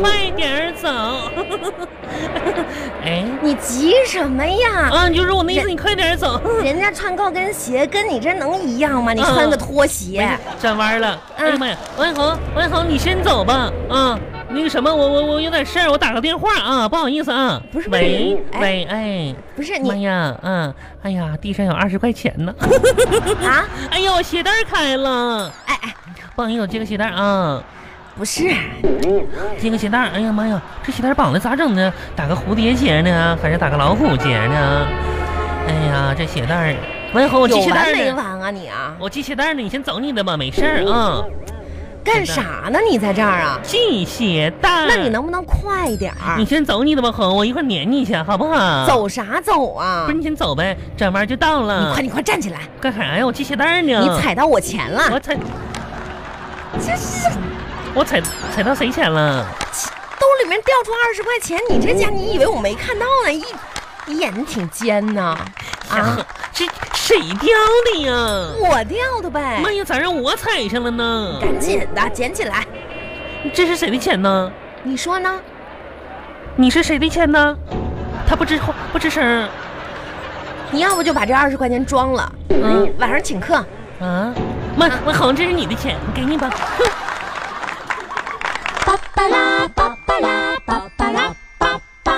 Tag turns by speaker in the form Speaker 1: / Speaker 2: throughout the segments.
Speaker 1: 快点走。哎，
Speaker 2: 你急什么呀？
Speaker 1: 啊，就是我那意思，你快点走。
Speaker 2: 人家穿高跟鞋跟你这能一样吗？你穿个拖鞋，
Speaker 1: 转弯了。哎呀妈呀，王一恒，你先走吧。啊，那个什么，我有点事儿，我打个电话啊，不好意思啊。
Speaker 2: 不是，
Speaker 1: 喂，哎，
Speaker 2: 不是你。
Speaker 1: 妈呀，哎呀，地上有20块钱呢。
Speaker 2: 啊？
Speaker 1: 哎呀，我鞋带开了。
Speaker 2: 哎，
Speaker 1: 不好意思，我接个鞋带啊。
Speaker 2: 不是，
Speaker 1: 接个鞋带。哎呀妈呀，这鞋带绑的咋整呢？打个蝴蝶结呢，还是打个老虎结呢？哎呀，这鞋带，王一恒，我系鞋带呢。
Speaker 2: 有完没完啊你啊？
Speaker 1: 我系鞋带呢，你先走你的吧，没事儿啊。
Speaker 2: 干啥呢？你在这儿啊？
Speaker 1: 系鞋带。
Speaker 2: 那你能不能快点儿？
Speaker 1: 你先走你的吧，恒，我一会儿撵你一下，好不好？
Speaker 2: 走啥走啊？
Speaker 1: 不是你先走呗，转弯就到了。
Speaker 2: 你快站起来！
Speaker 1: 干啥呀？我系鞋带呢。
Speaker 2: 你踩到我钱了。
Speaker 1: 我踩，
Speaker 2: 这是
Speaker 1: 我踩到谁钱了？
Speaker 2: 兜里面掉出20块钱，你这家你以为我没看到呢？你眼挺尖呢。啊，
Speaker 1: 这谁掉的呀？
Speaker 2: 我掉的呗。
Speaker 1: 妈呀，咋让我踩上了呢？
Speaker 2: 赶紧的，捡起来。
Speaker 1: 这是谁的钱呢？
Speaker 2: 你说呢？
Speaker 1: 你是谁的钱呢？他不吱声。
Speaker 2: 你要不就把这20块钱装了，晚上请客。
Speaker 1: 啊，妈，我好像这是你的钱，给你吧。哼。
Speaker 2: 巴巴拉巴巴拉巴巴拉巴巴。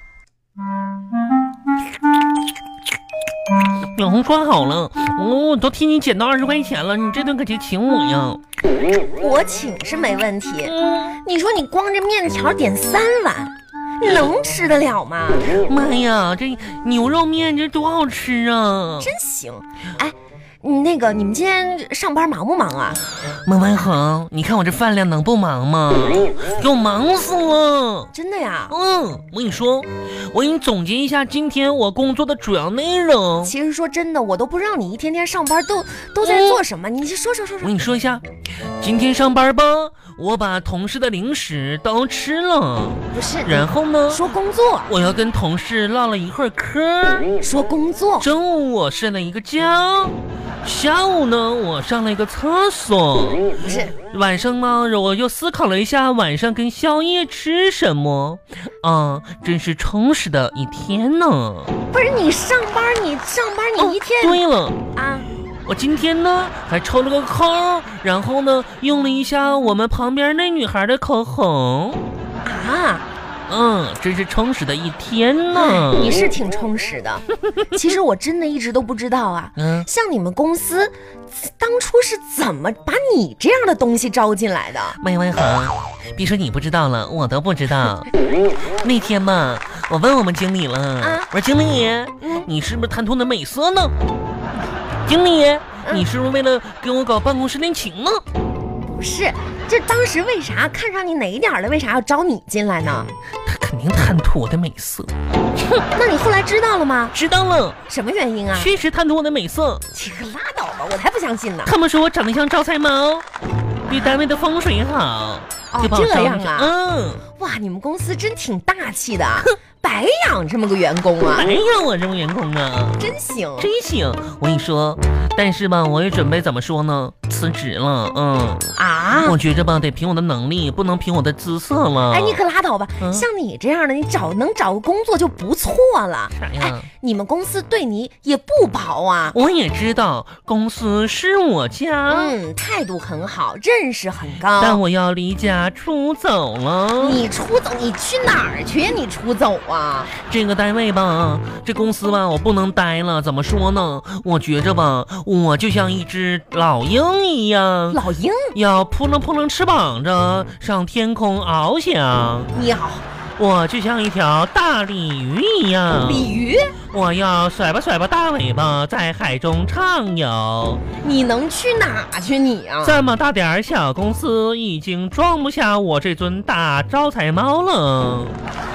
Speaker 1: 小红说好了，我都替你捡到20块钱了，你这顿可就请我呀。
Speaker 2: 我请是没问题。你说你光这面条点3碗，能吃得了吗？
Speaker 1: 妈呀，这牛肉面这多好吃啊！
Speaker 2: 真行。哎，你们今天上班忙不忙啊？
Speaker 1: 王一恒，你看我这饭量能不忙吗？给我忙死了！
Speaker 2: 真的呀？
Speaker 1: 我跟你说，我给你总结一下今天我工作的主要内容。
Speaker 2: 其实说真的，我都不知道你一天天上班都在做什么。你说。
Speaker 1: 我跟你说一下，今天上班吧，我把同事的零食都吃了。
Speaker 2: 不是，
Speaker 1: 然后呢？
Speaker 2: 说工作。
Speaker 1: 我要跟同事唠了一会儿嗑。
Speaker 2: 说工作。
Speaker 1: 中午我睡了一个觉，下午呢我上了一个厕所。
Speaker 2: 不是，
Speaker 1: 晚上呢我又思考了一下晚上跟宵夜吃什么。真是充实的一天呢。
Speaker 2: 不是你上班你一天。
Speaker 1: 对了
Speaker 2: 啊。
Speaker 1: 我今天呢还抽了个空，然后呢用了一下我们旁边那女孩的口红
Speaker 2: 啊。
Speaker 1: 真是充实的一天呢。
Speaker 2: 你是挺充实的。其实我真的一直都不知道啊。像你们公司当初是怎么把你这样的东西招进来的？
Speaker 1: 麦文恒，别说你不知道了，我都不知道。那天嘛，我问我们经理了，我说经理，你是不是贪图的美色呢？经理，你是不是为了跟我搞办公室恋情呢？
Speaker 2: 不是，这当时为啥看上你哪一点了？为啥要招你进来呢？
Speaker 1: 他肯定贪图我的美色。
Speaker 2: 那你后来知道了吗？
Speaker 1: 知道了。
Speaker 2: 什么原因啊？
Speaker 1: 确实贪图我的美色。
Speaker 2: 这个拉倒吧，我才不相信呢。
Speaker 1: 他们说我长得像招财猫，比单位的风水好，就把我
Speaker 2: 这样啊。
Speaker 1: 哇，
Speaker 2: 你们公司真挺大气的。白养这么个员工啊！
Speaker 1: 白养我这么员工啊，
Speaker 2: 真行，
Speaker 1: 真行！我跟你说，但是吧，我也准备怎么说呢？辞职了。我觉着吧，得凭我的能力，不能凭我的姿色了。
Speaker 2: 哎，你可拉倒吧！像你这样的，你能找个工作就不错了。
Speaker 1: 啥呀？
Speaker 2: 你们公司对你也不薄啊。
Speaker 1: 我也知道，公司是我家。
Speaker 2: 态度很好，认识很高。
Speaker 1: 但我要离家出走了。
Speaker 2: 你出走？你去哪儿去？你出走啊？
Speaker 1: 这个单位吧，这公司吧，我不能待了。怎么说呢？我觉着吧，我就像一只老鹰一样。
Speaker 2: 老鹰
Speaker 1: 要扑棱翅膀着上天空翱翔。
Speaker 2: 你好。
Speaker 1: 我就像一条大鲤鱼一样。
Speaker 2: 鲤鱼？
Speaker 1: 我要甩吧大尾巴在海中畅游。
Speaker 2: 你能去哪去你啊？
Speaker 1: 这么大点小公司已经装不下我这尊大招财猫了。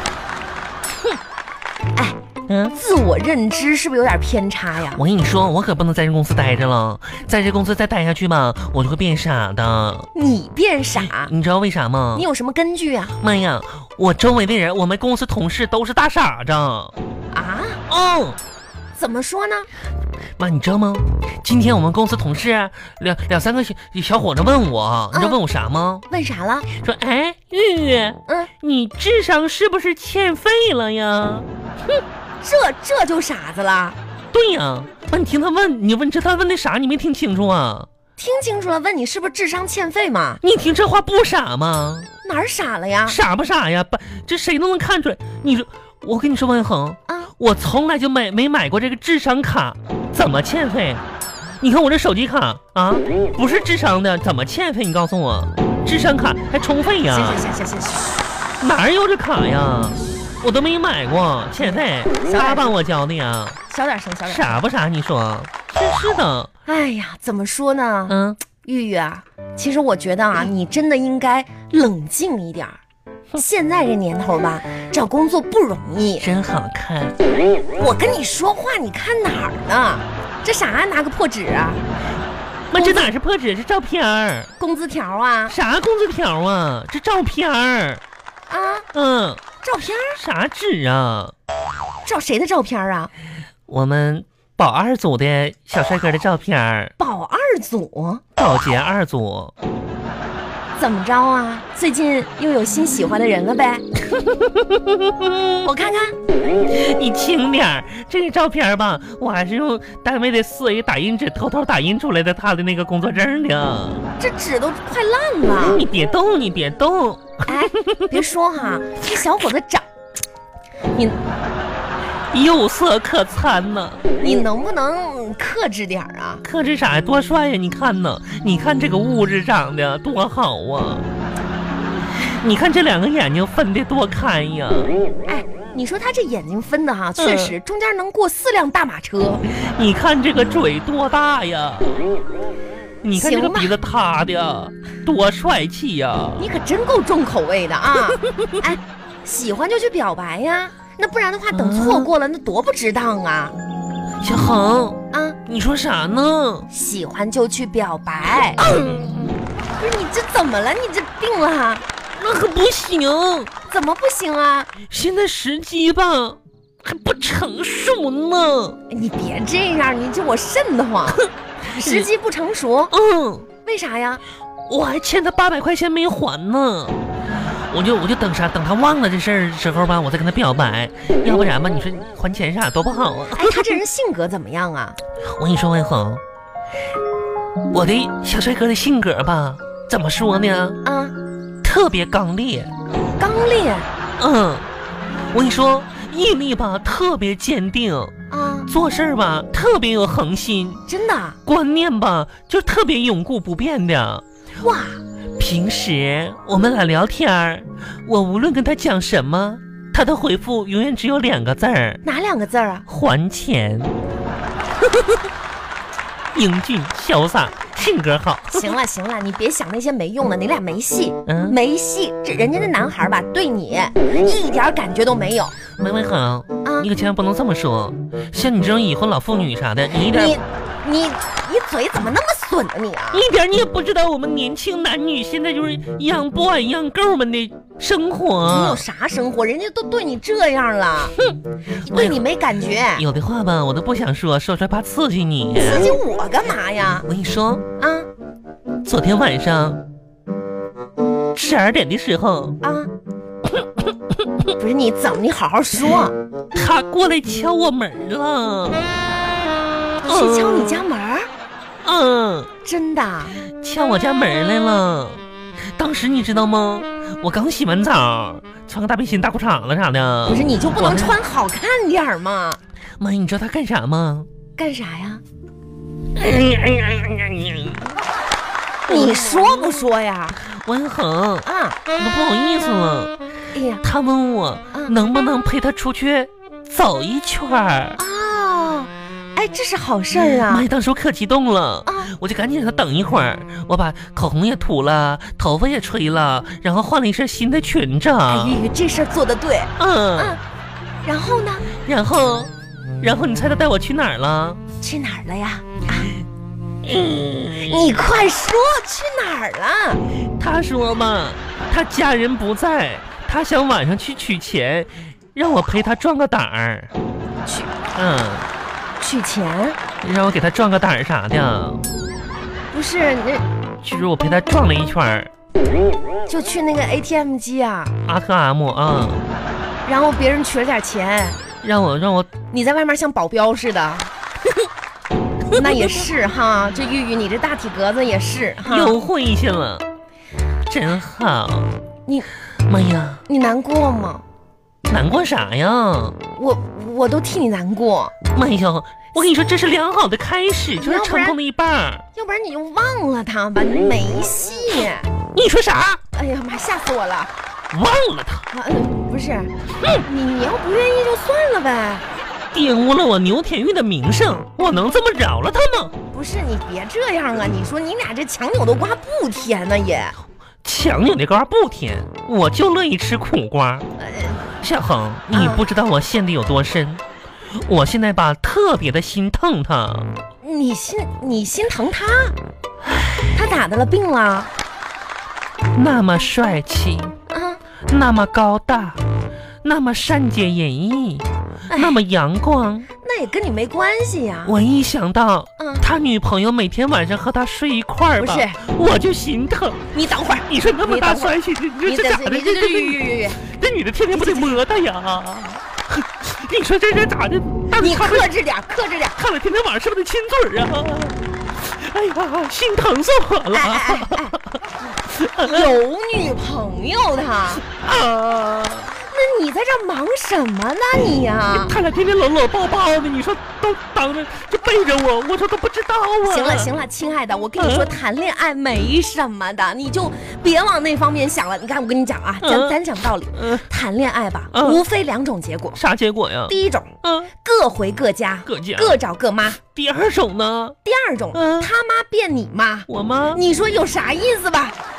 Speaker 2: 自我认知是不是有点偏差呀？
Speaker 1: 我跟你说，我可不能在这公司待着了，在这公司再待下去吧，我就会变傻的。
Speaker 2: 你变傻？
Speaker 1: 你知道为啥吗？
Speaker 2: 你有什么根据啊？
Speaker 1: 妈呀，我周围的人，我们公司同事都是大傻子啊！
Speaker 2: 怎么说呢？
Speaker 1: 妈，你知道吗？今天我们公司同事两三个小伙子问我，你知道问我啥吗？
Speaker 2: 问啥了？
Speaker 1: 说，哎，玉玉， 你智商是不是欠费了呀？
Speaker 2: 哼，这就傻子了。
Speaker 1: 对呀，你听他问，你问他问的啥？你没听清楚啊？
Speaker 2: 听清楚了，问你是不是智商欠费嘛？
Speaker 1: 你听这话不傻吗？
Speaker 2: 哪儿傻了呀？
Speaker 1: 傻不傻呀？这谁都能看出来。你说，我跟你说，万恒啊，我从来就没买过这个智商卡，怎么欠费？你看我这手机卡啊，不是智商的，怎么欠费？你告诉我，智商卡还充费呀？
Speaker 2: 行，
Speaker 1: 哪有这卡呀？我都没买过，欠费，他帮我交的呀。
Speaker 2: 小点声，
Speaker 1: 傻不傻？你说，真是的。
Speaker 2: 哎呀，怎么说呢？玉玉啊，其实我觉得啊，你真的应该冷静一点。现在这年头吧，找工作不容易。
Speaker 1: 真好看。
Speaker 2: 我跟你说话，你看哪儿呢？这啥？拿个破纸啊？
Speaker 1: 妈，这哪是破纸？是照片儿。
Speaker 2: 工资条啊？
Speaker 1: 啥工资条啊？这照片儿。
Speaker 2: 啊？照片？
Speaker 1: 啥纸啊？
Speaker 2: 照谁的照片啊？
Speaker 1: 我们保二组的小帅哥的照片。
Speaker 2: 保二组？
Speaker 1: 保洁二组。
Speaker 2: 怎么着啊？最近又有新喜欢的人了呗？我看看。
Speaker 1: 你轻点儿，这个照片吧，我还是用单位的4A 打印纸偷偷打印出来的，他的那个工作证的。
Speaker 2: 这纸都快烂了。
Speaker 1: 你别动，你别动。
Speaker 2: 哎，别说哈，这小伙子长，你
Speaker 1: 有色可餐呢。
Speaker 2: 你能不能克制点啊？
Speaker 1: 克制啥呀？多帅呀！你看呢？你看这个物质长得多好啊！你看这两个眼睛分得多开呀！
Speaker 2: 哎，你说他这眼睛分的哈，确实中间能过4辆大马车。
Speaker 1: 你看这个嘴多大呀！你看这个鼻子塌的多帅气呀！
Speaker 2: 你可真够重口味的啊！哎，喜欢就去表白呀，那不然的话等错过了那多不值当啊！
Speaker 1: 小恒
Speaker 2: 啊，
Speaker 1: 你说啥呢？
Speaker 2: 喜欢就去表白。不是你这怎么了？你这病了？
Speaker 1: 那可不行。
Speaker 2: 怎么不行啊？
Speaker 1: 现在时机吧还不成熟呢。
Speaker 2: 你别这样，你这我瘆得慌。时机不成熟？为啥呀？
Speaker 1: 我还欠他800块钱没还呢。我就等他忘了这事儿的时候吧，我再跟他表白，要不然吧，你说还钱啥多不好啊。
Speaker 2: 哎，他这人性格怎么样啊？
Speaker 1: 我跟你说，文恒，我的小帅哥的性格吧，怎么说呢？啊，特别刚烈。
Speaker 2: 刚烈？
Speaker 1: 我跟你说，毅力吧特别坚定啊，做事吧特别有恒心，
Speaker 2: 真的。
Speaker 1: 观念吧就特别永固不变的。
Speaker 2: 哇！
Speaker 1: 平时我们俩聊天，我无论跟他讲什么，他的回复永远只有2个字儿。
Speaker 2: 哪2个字啊？
Speaker 1: 还钱。英俊潇洒，性格好。
Speaker 2: 行了，你别想那些没用的，你俩没戏，没戏。这人家那男孩吧，对你一点感觉都没有。
Speaker 1: 文恒啊，你可千万不能这么说。像你这种已婚老妇女啥的，你一点
Speaker 2: 你嘴怎么那么损呢你啊？
Speaker 1: 一点你也不知道我们年轻男女现在就是young boy young girl 们的生活。
Speaker 2: 你有啥生活？人家都对你这样了，对你没感觉。
Speaker 1: 有的话吧，我都不想说出来怕刺激你。
Speaker 2: 刺激我干嘛呀？
Speaker 1: 我跟你说
Speaker 2: 啊，
Speaker 1: 昨天晚上12点的时候
Speaker 2: 啊，不是你怎么？你好好说。
Speaker 1: 他过来敲我门了。
Speaker 2: 去敲你家门？真的
Speaker 1: 敲我家门来了。当时你知道吗？我刚洗完澡，穿个大背心大裤衩子啥的。
Speaker 2: 不是你就不能穿好看点吗？
Speaker 1: 妈呀，你知道他干啥吗？
Speaker 2: 干啥呀？你说不说呀？
Speaker 1: 文恒
Speaker 2: 啊，
Speaker 1: 我都不好意思了。
Speaker 2: 哎呀，
Speaker 1: 他问我能不能陪他出去走一圈儿。
Speaker 2: 哎，这是好事儿啊！
Speaker 1: 妈呀，当时我可激动了啊！我就赶紧让他等一会儿，我把口红也涂了，头发也吹了，然后换了一身新的裙子。
Speaker 2: 哎玉玉，这事儿做得对。然后呢？然
Speaker 1: 后你猜他带我去哪儿了？
Speaker 2: 去哪儿了呀？你快说去哪儿了？
Speaker 1: 他说嘛，他家人不在，他想晚上去取钱，让我陪他壮个胆儿。
Speaker 2: 取钱？
Speaker 1: 让我给他壮个胆儿啥的。
Speaker 2: 不是，
Speaker 1: 就是我陪他转了一圈，
Speaker 2: 就去那个 ATM 机啊
Speaker 1: ，ATM 啊，
Speaker 2: 然后别人取了点钱，
Speaker 1: 让我
Speaker 2: 你在外面像保镖似的。那也是哈，这玉玉你这大体格子也是哈，
Speaker 1: 又回去了，真好。
Speaker 2: 你，
Speaker 1: 妈呀，
Speaker 2: 你难过吗？
Speaker 1: 难过啥呀？
Speaker 2: 我都替你难过。
Speaker 1: 妈呀，我跟你说，这是良好的开始，就是成功的一半。
Speaker 2: 要不然你就忘了他吧，你没戏。
Speaker 1: 你说啥？
Speaker 2: 哎呀妈，吓死我了！
Speaker 1: 忘了他？
Speaker 2: 不是，你要不愿意就算了呗。
Speaker 1: 玷污了我牛田玉的名声，我能这么饶了他吗？
Speaker 2: 不是，你别这样啊！你说你俩这强扭的瓜不甜呢也。
Speaker 1: 强扭的瓜不甜，我就乐意吃苦瓜。小恒，你不知道我陷得有多深，我现在吧特别的心疼他。
Speaker 2: 你心疼他？他咋的了？病了？
Speaker 1: 那么帅气，那么高大，那么善解人意，那么阳光，
Speaker 2: 那也跟你没关系呀。
Speaker 1: 我一想到他女朋友每天晚上和他睡一块儿吧，
Speaker 2: 不是，
Speaker 1: 我就心疼。
Speaker 2: 你等会儿，
Speaker 1: 你说那么大帅气，你这咋的？这女的天天不得摸他呀？你说这咋的？
Speaker 2: 你克制点，克制点。
Speaker 1: 看了天天晚上是不是得亲嘴啊？哎呀，心疼死我了！
Speaker 2: 有女朋友他啊？那你在这忙什么呢你呀？
Speaker 1: 他俩天天搂搂抱抱的，你说都当着就背着我，我说都不知道啊。
Speaker 2: 行了，亲爱的，我跟你说，谈恋爱没什么的，你就别往那方面想了。你看，我跟你讲啊，咱讲道理，谈恋爱吧，无非2种结果。
Speaker 1: 啥结果呀？
Speaker 2: 第一种，各回各家，各找各妈。
Speaker 1: 第二种呢？
Speaker 2: 第二种，他妈变你妈，
Speaker 1: 我妈。
Speaker 2: 你说有啥意思吧？